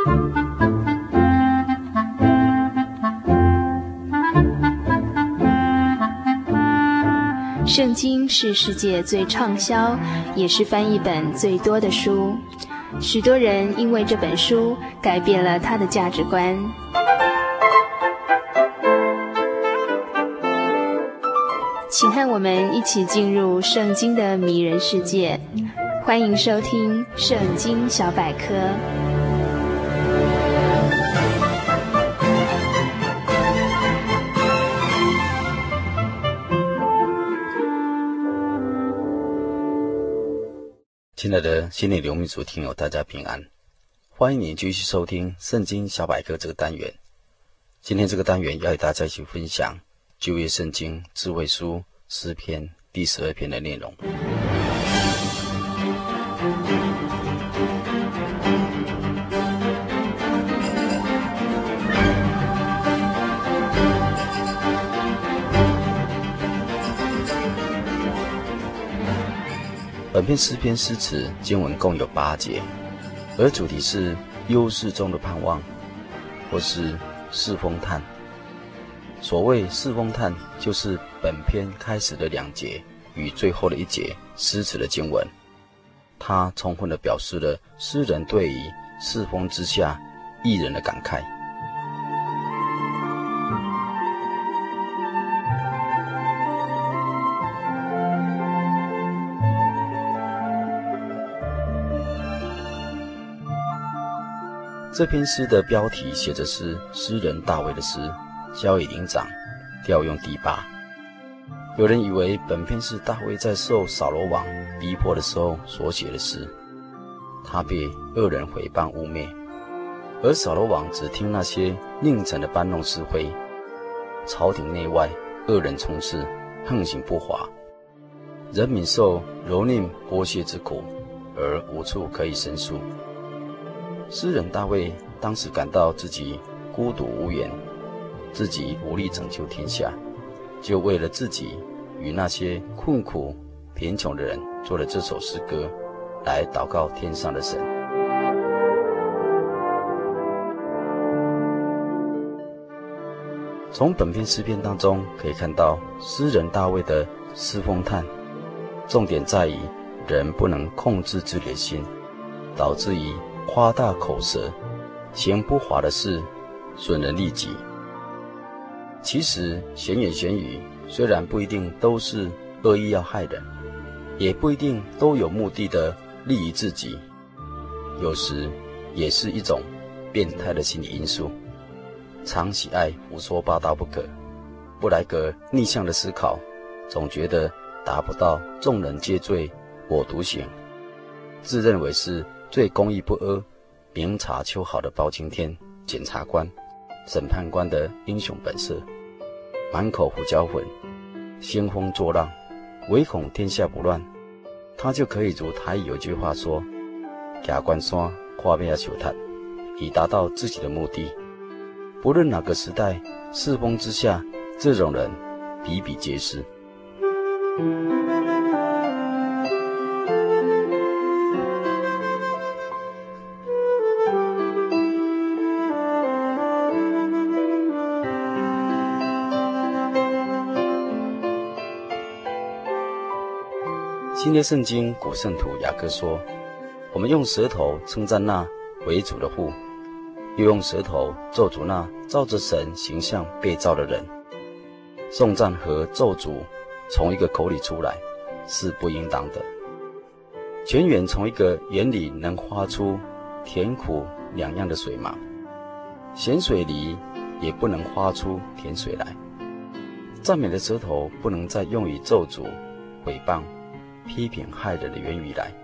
圣经是世界最畅销，也是翻译本最多的书。许多人因为这本书改变了他的价值观。请和我们一起进入圣经的迷人世界，欢迎收听《圣经小百科》。 亲爱的心灵流民族听友，大家平安，欢迎你继续收听《圣经小百科》这个单元。今天这个单元要与大家一起分享旧约圣经智慧书诗篇第12篇的内容。本篇诗篇诗词经文共有8节，而主题是忧世中的盼望，或是四风叹。所谓四风叹，就是本篇开始的2节与最后的1节诗词的经文，它充分地表示了诗人对于世风之下义人的感慨。这篇诗的标题写的是诗人大卫的诗，交与灵长，调用第8。有人以为本篇是大卫在受扫罗王逼迫的时候所写的诗，他被恶人毁谤污蔑，而扫罗王只听那些佞臣的搬弄是非，朝廷内外恶人充斥，横行不法，人民受蹂躏剥削之苦，而无处可以申诉。诗人大卫当时感到自己孤独无援，自己无力拯救天下，就为了自己与那些困苦贫穷的人做了这首诗歌，来祷告天上的神。从本篇诗篇当中可以看到诗人大卫的四风叹，重点在于人不能控制自己的心，导致于夸大口舌，行不法的事，损人利己。其实闲言闲语虽然不一定都是恶意要害人，也不一定都有目的的利于自己，有时也是一种变态的心理因素。常喜爱胡说八道不可，不来个逆向的思考，总觉得达不到众人皆醉我独醒，自认为是最公义不阿、明察秋毫的包青天、检察官、审判官的英雄本色，满口胡椒粉，兴风作浪，唯恐天下不乱，他就可以如台语有句话说：行关山，看尾仔树塔，以达到自己的目的。不论哪个时代，世风之下，这种人比比皆是。新约圣经古圣徒雅各说：我们用舌头称赞那为主的父，又用舌头咒诅那照着神形象被造的人。颂赞和咒诅从一个口里出来，是不应当的。泉源从一个眼里能发出甜苦两样的水吗？咸水里也不能发出甜水来。赞美的舌头不能再用于咒诅、毁谤、批评害人的言语来。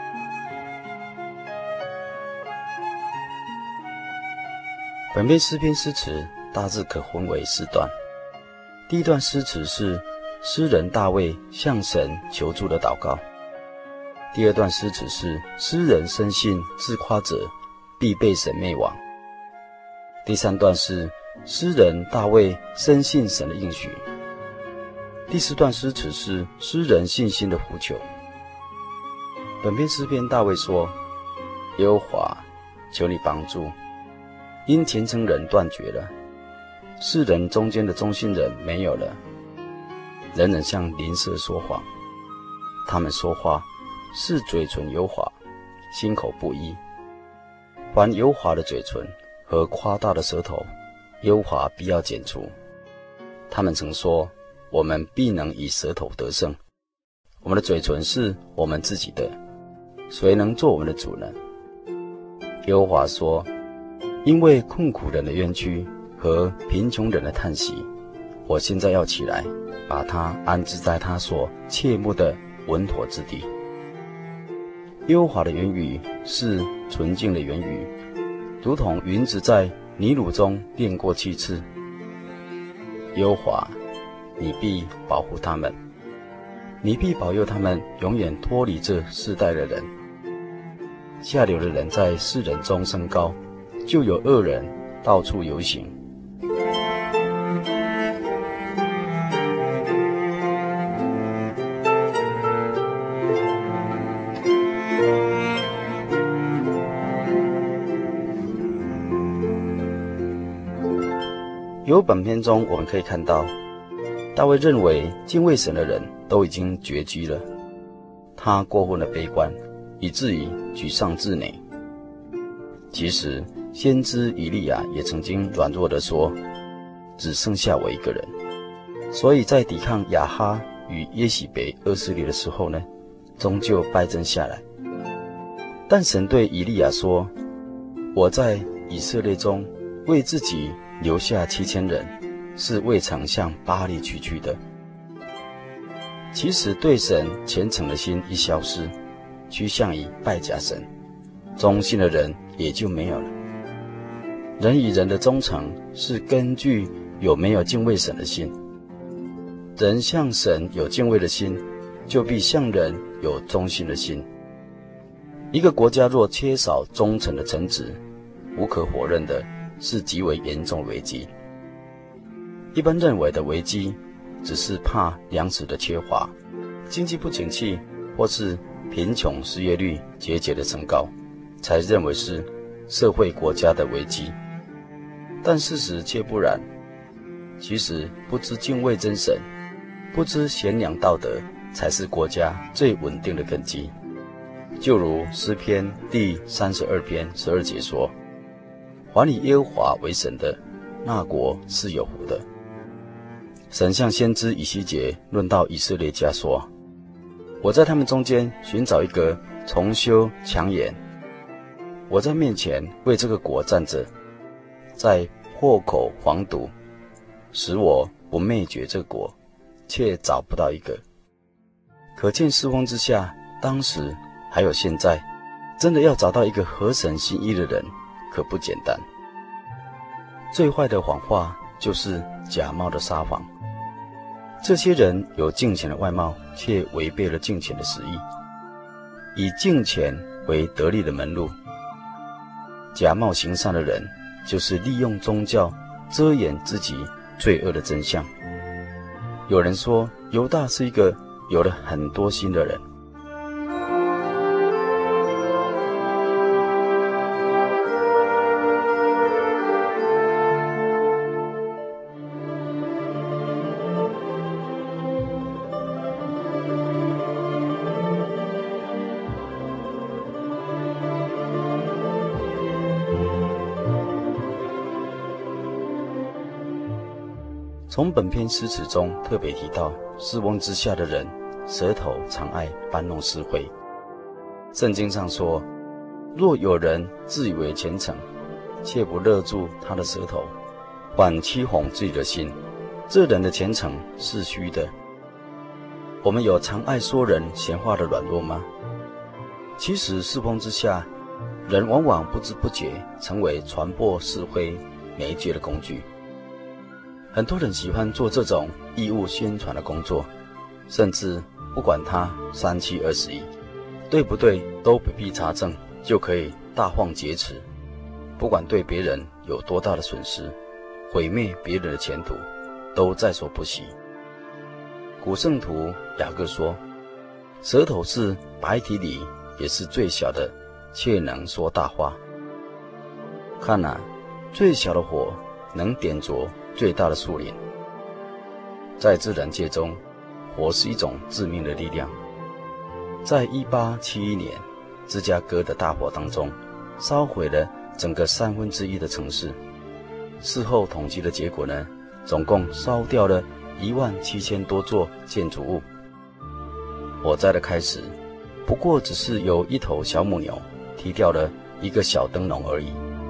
本篇诗篇诗词大致可分为4段。第一段诗词是诗人大卫向神求助的祷告。第二段诗词是诗人深信自夸者必被神灭亡。第三段是诗人大卫深信神的应许。第四段诗词是诗人信心的呼求。本篇诗篇大卫说：耶和华，求你帮助， 因虔诚人断绝了，世人中间的忠心人没有了，人人向邻舍说谎，他们说话是嘴唇油滑，心口不一。凡油滑的嘴唇和夸大的舌头，耶和华必要剪除。他们曾说，我们必能以舌头得胜，我们的嘴唇是我们自己的，谁能做我们的主呢？耶和华说，因为困苦人的冤屈和贫穷人的叹息，我现在要起来，把他安置在他所切慕的稳妥之地。耶和华的言语是纯净的言语，如同云子在泥乳中炼过7次。耶和华，你必保护他们，你必保佑他们永远脱离这世代的人。下流的人在世人中升高，就有恶人到处游行。由本篇中我们可以看到，大卫认为敬畏神的人都已经绝迹了，他过分的悲观，以至于沮丧自馁。其实先知以利亚也曾经软弱地说，只剩下我一个人。所以在抵抗亚哈与耶洗别恶势力的时候呢，终究败阵下来。但神对以利亚说，我在以色列中为自己留下7000人，是未曾向巴力取去的。其实对神虔诚的心一消失，趋向于拜假神，忠心的人也就没有了。人与人的忠诚是根据有没有敬畏神的心。人向神有敬畏的心，就必向人有忠心的心。一个国家若缺少忠诚的臣子，无可否认的是极为严重的危机。一般认为的危机，只是怕粮食的缺乏、经济不景气，或是贫穷失业率节节的升高，才认为是社会国家的危机。但事实却不然。其实不知敬畏真神，不知贤良道德，才是国家最稳定的根基。就如诗篇第32篇12节说，凡以耶和华为神的，那国是有福的。神向先知以西结论到以色列家说，我在他们中间寻找一个重修墙垣，我在面前为这个国站着，在破口防堵，使我不灭绝这国，却找不到一个。可见世风之下，当时还有现在，真的要找到一个合神心意的人，可不简单。最坏的谎话就是假冒的撒谎。这些人有敬虔的外貌，却违背了敬虔的实意，以敬虔为得利的门路。假冒行善的人，就是利用宗教遮掩自己罪恶的真相。有人说，犹大是一个有了很多心的人。从本篇诗词中特别提到，世风之下的人舌头常爱搬弄是非。圣经上说，若有人自以为虔诚，却不勒住他的舌头，反欺哄自己的心，这人的虔诚是虚的。我们有常爱说人闲话的软弱吗？其实世风之下，人往往不知不觉成为传播是非媒介的工具。很多人喜欢做这种义务宣传的工作，甚至不管他3七21，对不对都不必查证，就可以大放厥词。不管对别人有多大的损失，毁灭别人的前途，都在所不惜。古圣徒雅各说，舌头是百体里也是最小的，却能说大话。看啊， 最小的火能点着最大的树林。在自然界中，火是一种致命的力量。在1871年芝加哥的大火当中，烧毁了整个1/3的城市。事后统计的结果呢，总共烧掉了17000多座建筑物。火灾的开始，不过只是由一头小母牛踢掉了一个小灯笼而已。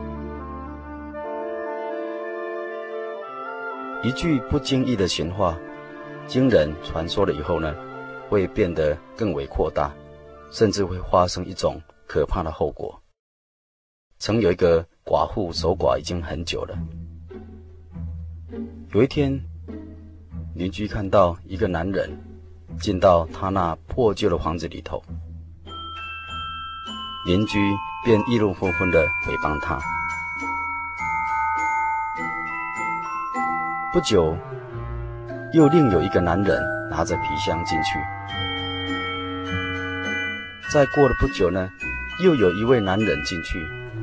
一句不经意的闲话，经人传说了以后呢，会变得更为扩大，甚至会发生一种可怕的后果。曾有一个寡妇守寡已经很久了。有一天，邻居看到一个男人进到他那破旧的房子里头，邻居便议论纷纷地诽谤他。不久，又另有一个男人拿着皮箱进去。再过了不久呢，又有一位男人进去，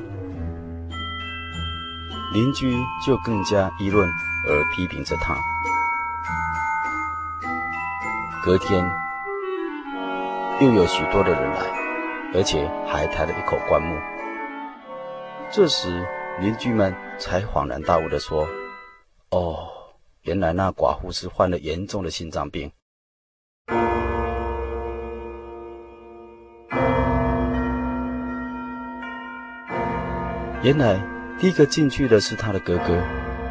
邻居就更加议论而批评着他。隔天，又有许多的人来，而且还抬了一口棺木。这时，邻居们才恍然大悟地说：“哦，原来那寡妇是患了严重的心脏病。”原来第一个进去的是他的哥哥，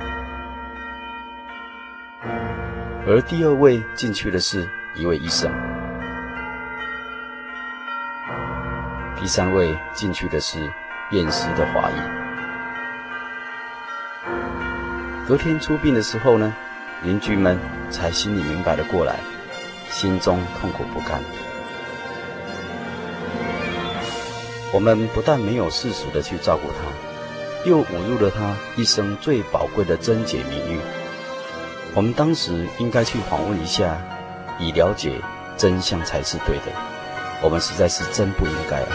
而第二位进去的是一位医生，第三位进去的是验尸的法医。隔天出殡的时候呢，邻居们才心里明白了过来，心中痛苦不甘。我们不但没有适时的去照顾他，又侮辱了他一生最宝贵的贞洁名誉。我们当时应该去访问一下，以了解真相才是对的。我们实在是真不应该啊！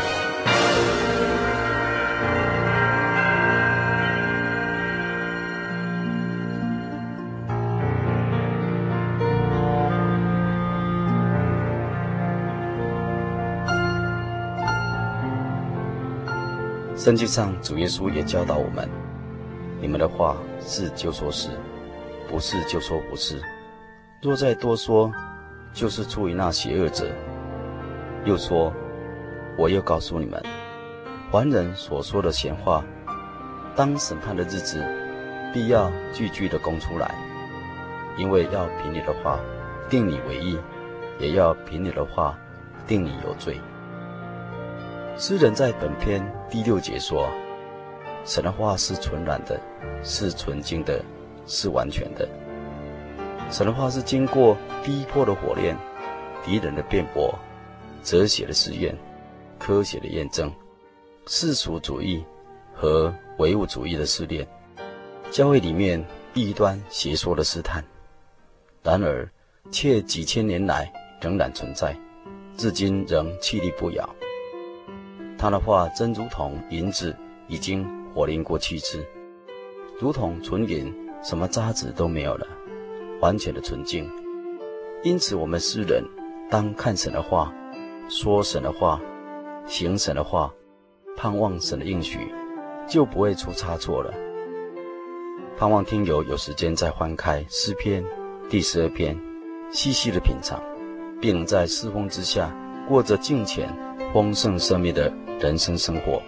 圣经上主耶稣也教导我们：你们的话是就说是，不是就说不是。若再多说，就是出于那邪恶者。又说：我又告诉你们，凡人所说的闲话，当审判的日子，必要句句的供出来，因为要凭你的话定你为义，也要凭你的话定你有罪。诗人在本篇第6节说：神的话是纯然的，是纯净的，是完全的。神的话是经过逼迫的火炼、敌人的辩驳、哲学的实验、科学的验证、世俗主义和唯物主义的试炼，教会里面异端邪说的试探，然而却几千年来仍然存在，至今仍屹立不摇。他的话真如同银子已经火炼过7次，如同纯银，什么渣子都没有了，完全的纯净。因此我们诗人当看神的话，说神的话，行神的话，盼望神的应许，就不会出差错了。盼望听友有时间再翻开诗篇第12篇，细细的品尝，并能在诗风之下过着敬虔丰盛生命的人生生活。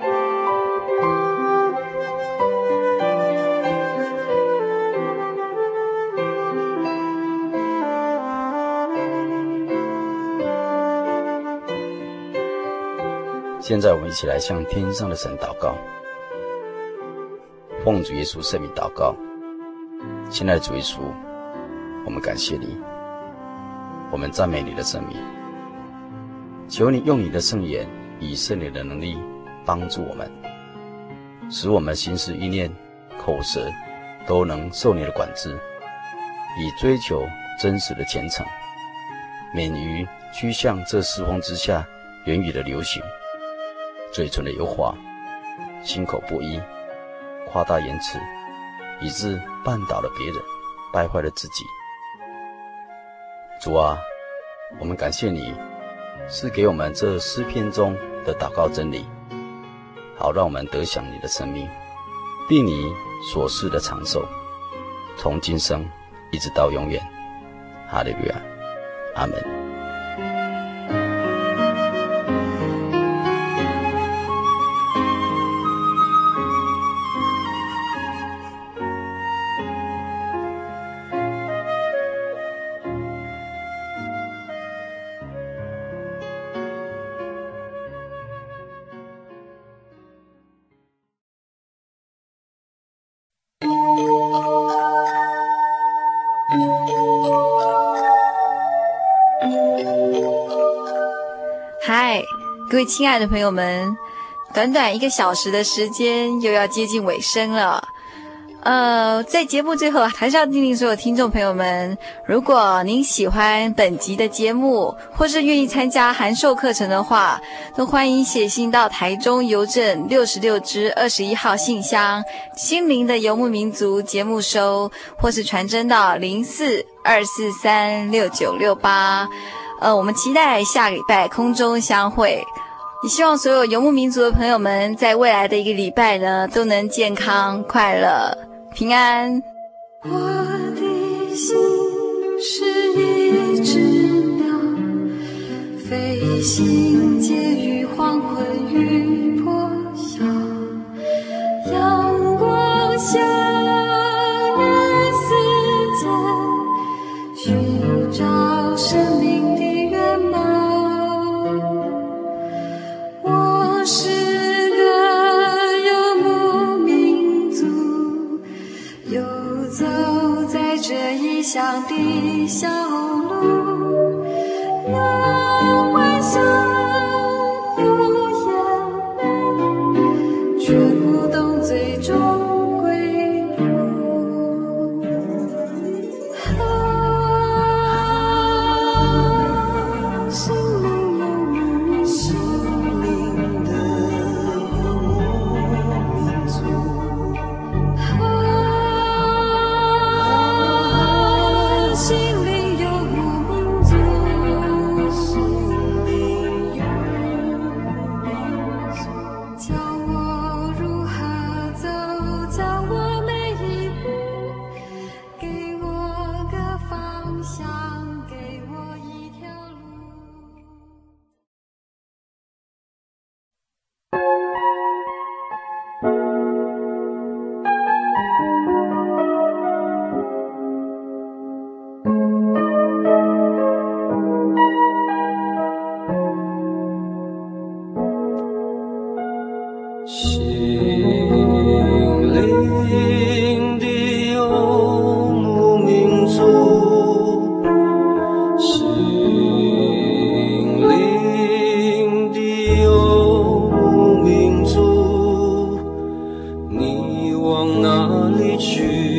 现在我们一起来向天上的神祷告，奉主耶稣圣名祷告。亲爱的主耶稣，我们感谢你，我们赞美你的圣名，求你用你的圣言，以圣灵的能力帮助我们，使我们心思意念、口舌都能受你的管制，以追求真实的虔诚，免于趋向这世风之下言语的流行，嘴唇的油滑，心口不一， 夸大言辞，以致绊倒了别人，败坏了自己。主啊，我们感谢你赐给我们这诗篇中的祷告真理，好让我们得享你的生命，并你所赐的长寿，从今生一直到永远。哈利路亚，阿们。 嗨，各位亲爱的朋友们，短短1个小时的时间又要接近尾声了。在节目最后还是要叮咛所有听众朋友们，如果您喜欢本集的节目，或是愿意参加函授课程的话，都欢迎写信到台中邮政66支21号信箱，心灵的游牧民族节目收，或是传真到04-243-6968。我们期待下个礼拜空中相会，也希望所有游牧民族的朋友们在未来的1个礼拜呢，都能健康快乐平安。 我的心是一只鸟，飞行介于黄昏与破晓，阳光下人世间，寻找生命的原貌。我是个游牧民族，游走在这异乡的小路，有欢笑，有眼泪，却不懂最终归路。心灵游牧民族，心灵游牧民族，教我如何走，教我每一步，给我个方向，给我一条路。 心灵的游牧民族，心灵的游牧民族，你往哪里去？